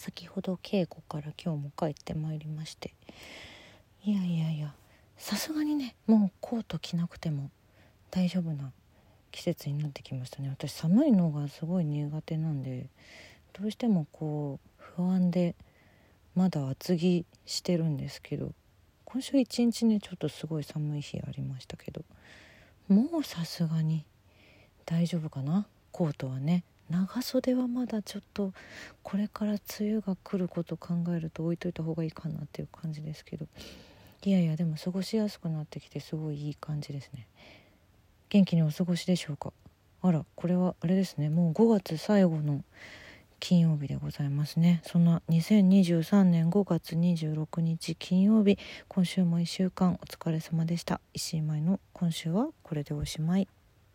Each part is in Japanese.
先ほど稽古から今日も帰ってまいりまして、いやさすがにね、もうコート着なくても大丈夫な季節になってきましたね。私寒いのがすごい苦手なんで、どうしてもこう不安でまだ厚着してるんですけど、今週一日ねちょっとすごい寒い日ありましたけど、もうさすがに大丈夫かな。コートはね、長袖はまだちょっとこれから梅雨が来ることを考えると置いといた方がいいかなっていう感じですけど、いやでも過ごしやすくなってきてすごいいい感じですね。元気にお過ごしでしょうか。あら、これはあれですね、もう5月最後の金曜日でございますね。そんな2023年5月26日金曜日、今週も1週間お疲れ様でした。石井舞の今週はこれでおしまい。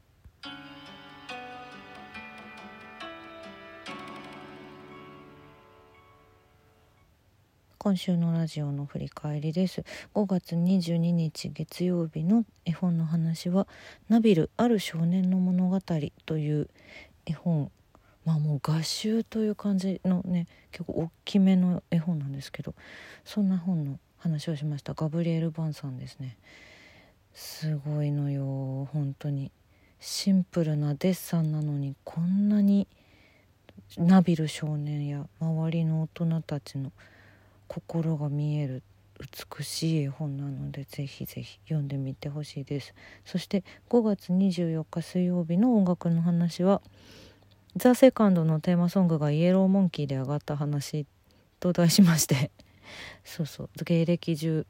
今週のラジオの振り返りです。5月22日月曜日の絵本の話は、ナビルある少年の物語という絵本、もう画集という感じのね、結構大きめの絵本なんですけど、そんな本の話をしました。ガブリエル・バンさんですね。すごいのよ、本当にシンプルなデッサンなのに、こんなにナビル少年や周りの大人たちの心が見える美しい絵本なので、ぜひぜひ読んでみてほしいです。そして5月24日水曜日の音楽の話は、ザ・セカンドのテーマソングがイエローモンキーで上がった話と題しましてそう芸歴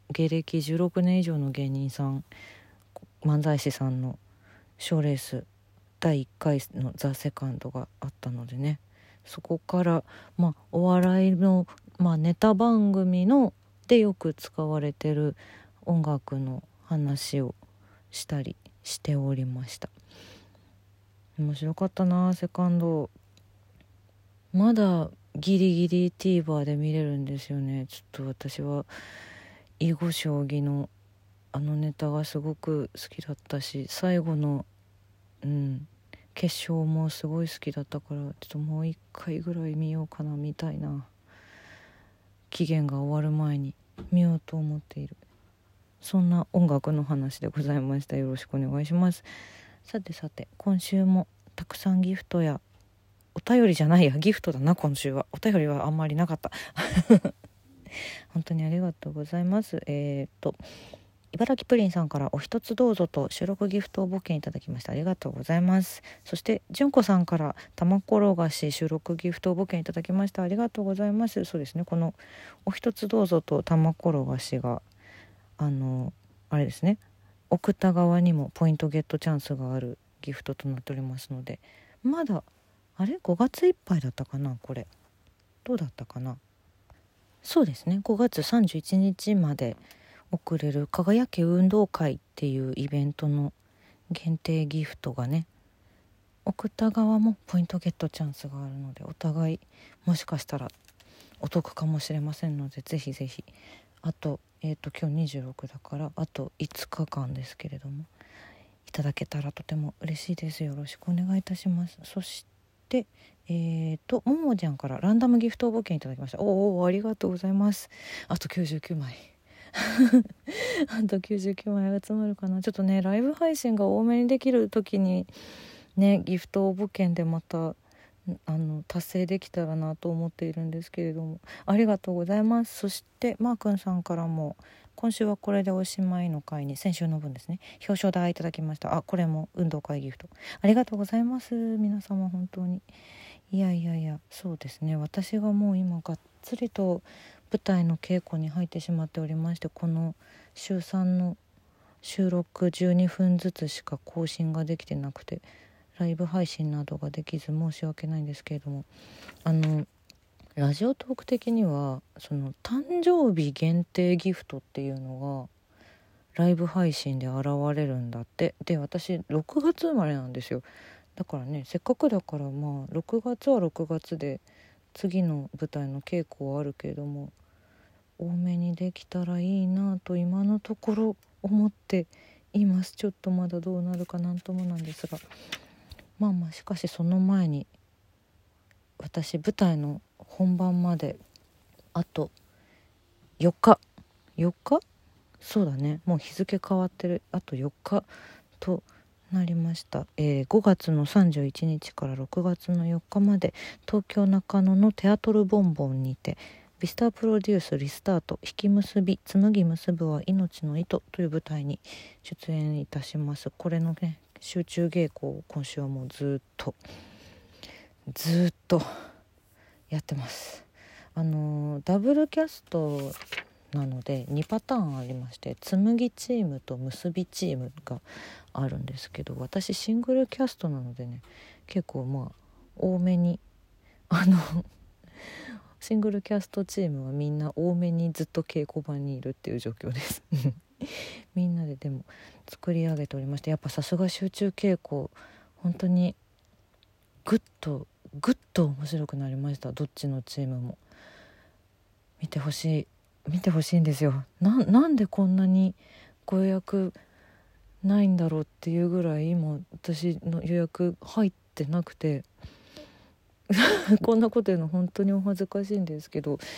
16年以上の芸人さん、漫才師さんの賞レース第1回のザ・セカンドがあったのでね、そこからお笑いのネタ番組のでよく使われてる音楽の話をしたりしておりました。面白かったな、セカンド。まだギリギリ TVer で見れるんですよね。ちょっと私は囲碁将棋のあのネタがすごく好きだったし、最後の決勝もすごい好きだったから、ちょっともう一回ぐらい見ようかなみたいな、期限が終わる前に見ようと思っている、そんな音楽の話でございました。よろしくお願いします。さて今週もたくさんギフトやお便りじゃないやギフトだな。今週はお便りはあんまりなかった本当にありがとうございます。茨城プリンさんからお一つどうぞと収録ギフトを募金いただきました。ありがとうございます。そして純子さんから玉転がし収録ギフトを募金いただきました。ありがとうございます。そうですね、このお一つどうぞと玉転がしがあれですね、送った側にもポイントゲットチャンスがあるギフトとなっておりますので、まだ5月いっぱいだったかな、これどうだったかな。そうですね、5月31日まで送れる輝け運動会っていうイベントの限定ギフトがね、送った側もポイントゲットチャンスがあるので、お互いもしかしたらお得かもしれませんので、ぜひぜひ。あと今日26だからあと5日間ですけれども、いただけたらとても嬉しいです。よろしくお願いいたします。そしてももちゃんからランダムギフト募金いただきました。ありがとうございます。あと99枚あと99枚集まるかな。ちょっとね、ライブ配信が多めにできる時にね、ギフト応募券でまた達成できたらなと思っているんですけれども、ありがとうございます。そしてマー君さんからも、今週はこれでおしまいの回に先週の分ですね、表彰台いただきました。これも運動会ギフトありがとうございます。皆様本当に。いやそうですね、私がもう今がっつりと舞台の稽古に入ってしまっておりまして、この週3の収録12分ずつしか更新ができてなくて、ライブ配信などができず申し訳ないんですけれども、ラジオトーク的にはその誕生日限定ギフトっていうのがライブ配信で現れるんだって。で、私6月生まれなんですよ。だからね、せっかくだから6月は6月で次の舞台の稽古はあるけれども、多めにできたらいいなと今のところ思っています。ちょっとまだどうなるかなんともなんですが、しかしその前に私舞台の本番まであと4日そうだね、もう日付変わってる。あと4日となりました。5月の31日から6月の4日まで東京中野のテアトルボンボンにてビスタープロデュースリスタート引き結び紡ぎ結ぶは命の糸という舞台に出演いたします。これのね集中稽古を今週はもうずっとやってます。ダブルキャストなので2パターンありまして、紡ぎチームと結びチームがあるんですけど、私シングルキャストなのでね、結構まあ多めにシングルキャストチームはみんな多めにずっと稽古場にいるっていう状況ですみんなででも作り上げておりまして、やっぱさすが集中稽古、本当にぐっと面白くなりました。どっちのチームも見てほしいんですよ。なんでこんなにご予約ないんだろうっていうぐらい今私の予約入ってなくてこんなこと言うの本当にお恥ずかしいんですけど、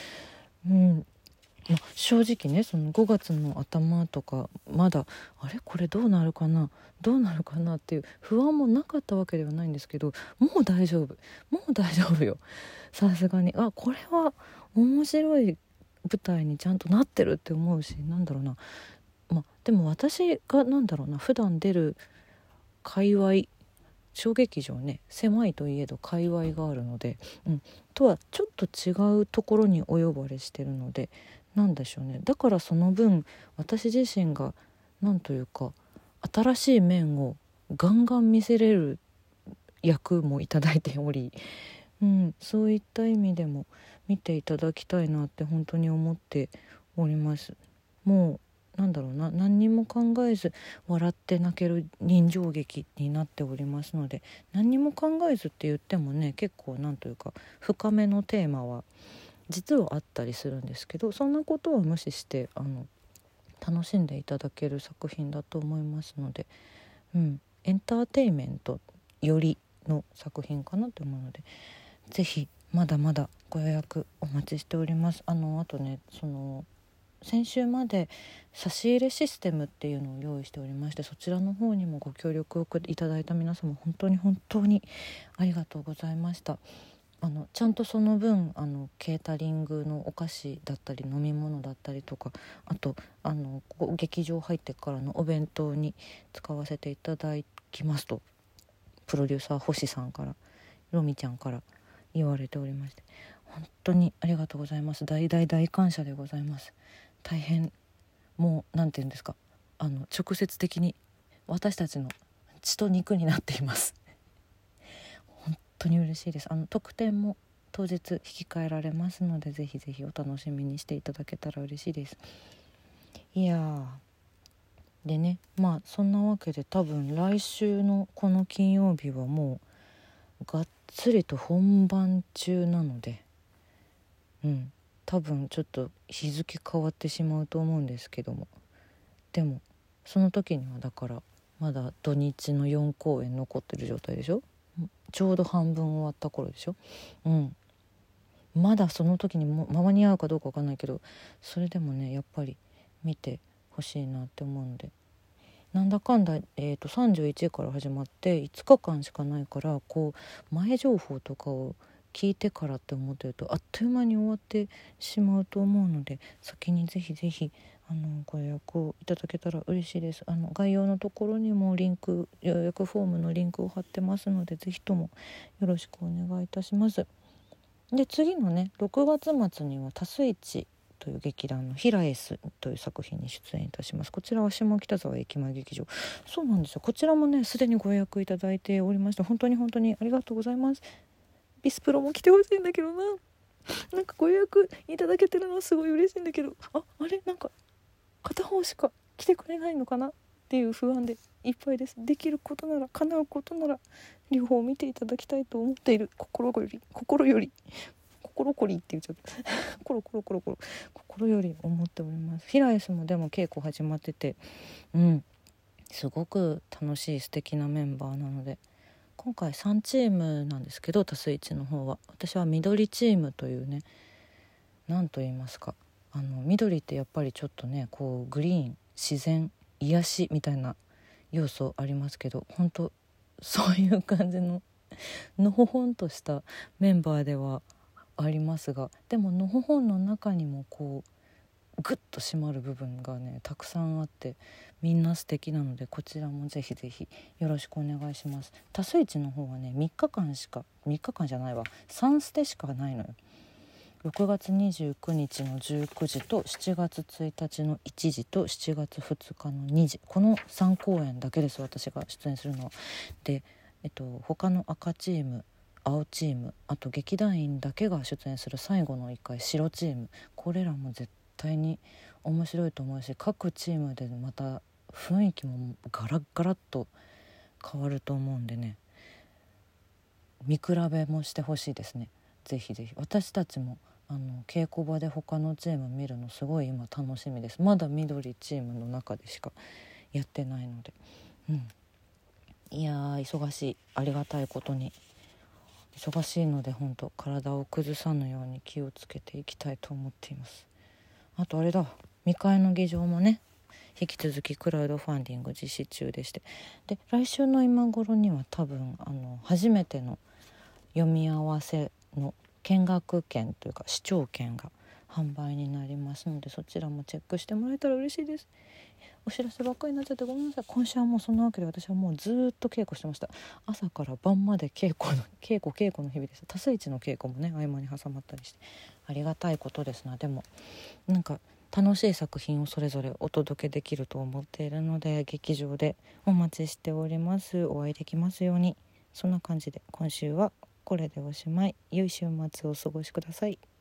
正直ね、その5月の頭とかまだこれどうなるかなっていう不安もなかったわけではないんですけど、もう大丈夫よ、さすがにこれは面白い舞台にちゃんとなってるって思うし、でも私が普段出る界隈、小劇場ね、狭いといえど界隈があるので、とはちょっと違うところにお呼ばれしてるので、なんでしょうね、だからその分私自身がなんというか新しい面をガンガン見せれる役もいただいており、そういった意味でも見ていただきたいなって本当に思っております。もう何にも考えず笑って泣ける人情劇になっておりますので、何にも考えずって言ってもね、結構深めのテーマは実はあったりするんですけど、そんなことは無視して楽しんでいただける作品だと思いますので、エンターテインメントよりの作品かなと思うので、ぜひまだまだご予約お待ちしております。あとね、先週まで差し入れシステムっていうのを用意しておりまして、そちらの方にもご協力をいただいた皆様本当にありがとうございました。ちゃんとその分ケータリングのお菓子だったり飲み物だったりとか、あと劇場入ってからのお弁当に使わせていただきますと、プロデューサー星さんからロミちゃんから言われておりまして、本当にありがとうございます。大感謝でございます。大変もうなんていうんですか、直接的に私たちの血と肉になっています本当に嬉しいです。特典も当日引き換えられますので、ぜひぜひお楽しみにしていただけたら嬉しいです。いやでね、そんなわけで多分来週のこの金曜日はもうがっつりと本番中なので、多分ちょっと日付変わってしまうと思うんですけども、でもその時にはだからまだ土日の4公演残ってる状態でしょ。ちょうど半分終わった頃でしょ。まだその時に間に合うかどうか分かんないけど、それでもねやっぱり見てほしいなって思うので、なんだかんだ、31から始まって5日間しかないから、前情報とかを聞いてからって思ってるとあっという間に終わってしまうと思うので、先にぜひぜひご予約をいただけたら嬉しいです。概要のところにも予約フォームのリンクを貼ってますので、ぜひともよろしくお願いいたします。で次のね6月末には多数一という劇団のヒラエスという作品に出演いたします。こちらは下北沢駅前劇場。そうなんですよ、こちらもねすでにご予約いただいておりまして、本当にありがとうございます。ビスプロも来てほしいんだけどな、ご予約いただけてるのはすごい嬉しいんだけど、片方しか来てくれないのかなっていう不安でいっぱいです。できることなら叶うことなら両方見ていただきたいと思っている心より心こりって言っちゃった心より思っております。ヒラエスもでも稽古始まってて、すごく楽しい素敵なメンバーなので、今回3チームなんですけど、多数一の方は私は緑チームというね、 何と言いますか、緑ってやっぱりちょっとねこうグリーン、自然、癒しみたいな要素ありますけど、本当そういう感じののほほんとしたメンバーではありますが、でものほほんの中にもこうグッと締まる部分がねたくさんあって、みんな素敵なので、こちらもぜひぜひよろしくお願いします。多数市の方はね3日間じゃないわ3ステしかないのよ。6月29日の19時と7月1日の1時と7月2日の2時、この3公演だけです、私が出演するのは。で、他の赤チーム、青チーム、あと劇団員だけが出演する最後の1回白チーム、これらも絶対に面白いと思うし、各チームでまた雰囲気もガラッガラッと変わると思うんでね、見比べもしてほしいですね。ぜひぜひ。私たちも稽古場で他のチーム見るのすごい今楽しみです。まだ緑チームの中でしかやってないので、いやー忙しい、ありがたいことに忙しいので、本当体を崩さぬように気をつけていきたいと思っています。あとあれだ、未開の議場もね引き続きクラウドファンディング実施中でして、で来週の今頃には多分初めての読み合わせの見学券というか視聴券が販売になりますので、そちらもチェックしてもらえたら嬉しいです。お知らせばっかりになっちゃってごめんなさい。今週はもうそんなわけで、私はもうずっと稽古してました。朝から晩まで稽古の日々です。多数一の稽古もね合間に挟まったりしてありがたいことですな。でもなんか楽しい作品をそれぞれお届けできると思っているので、劇場でお待ちしております。お会いできますように。そんな感じで今週はこれでおしまい。良い週末をお過ごしください。